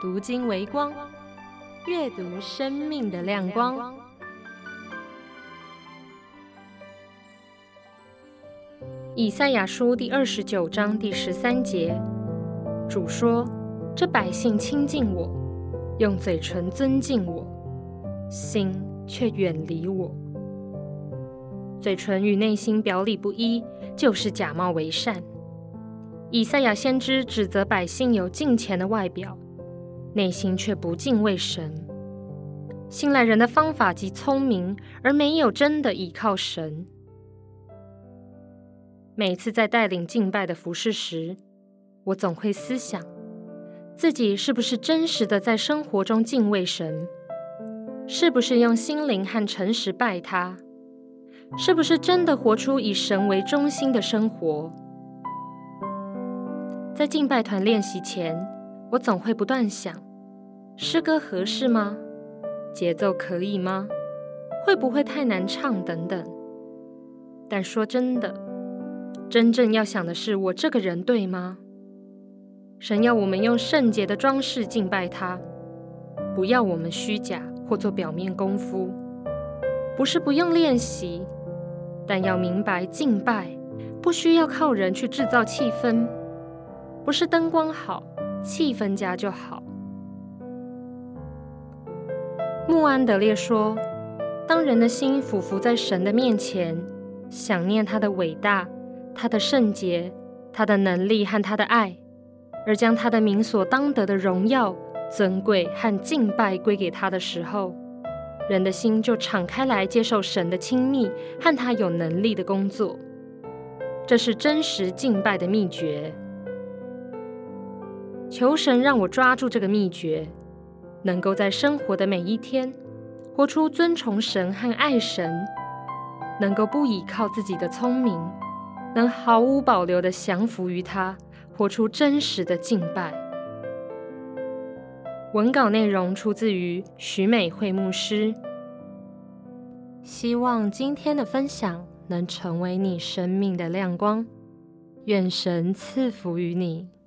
读经为光，阅读生命的亮光。以赛亚书第29章第13节，主说：这百姓亲近我，用嘴唇尊敬我，心却远离我。嘴唇与内心表里不一，就是假冒为善。以赛亚先知指责百姓有敬虔的外表，内心却不敬畏神。信赖人的方法极聪明，而没有真的倚靠神。每次在带领敬拜的服事时，我总会思想，自己是不是真实的在生活中敬畏神？是不是用心灵和诚实拜他？是不是真的活出以神为中心的生活？在敬拜团练习前，我总会不断想，诗歌合适吗？节奏可以吗？会不会太难唱等等。但说真的，真正要想的是，我这个人对吗？神要我们用圣洁的装饰敬拜他，不要我们虚假或做表面功夫。不是不用练习，但要明白敬拜不需要靠人去制造气氛，不是灯光好，气氛佳就好。穆安德烈说，当人的心俯伏在神的面前，想念他的伟大，他的圣洁，他的能力和他的爱，而将他的名所当得的荣耀、尊贵和敬拜归给他的时候，人的心就敞开来接受神的亲密和他有能力的工作。这是真实敬拜的秘诀。求神让我抓住这个秘诀，能够在生活的每一天活出尊崇神和爱神，能够不倚靠自己的聪明，能毫无保留地降服于他，活出真实的敬拜。文稿内容出自于许美惠牧师。希望今天的分享能成为你生命的亮光，愿神赐福于你。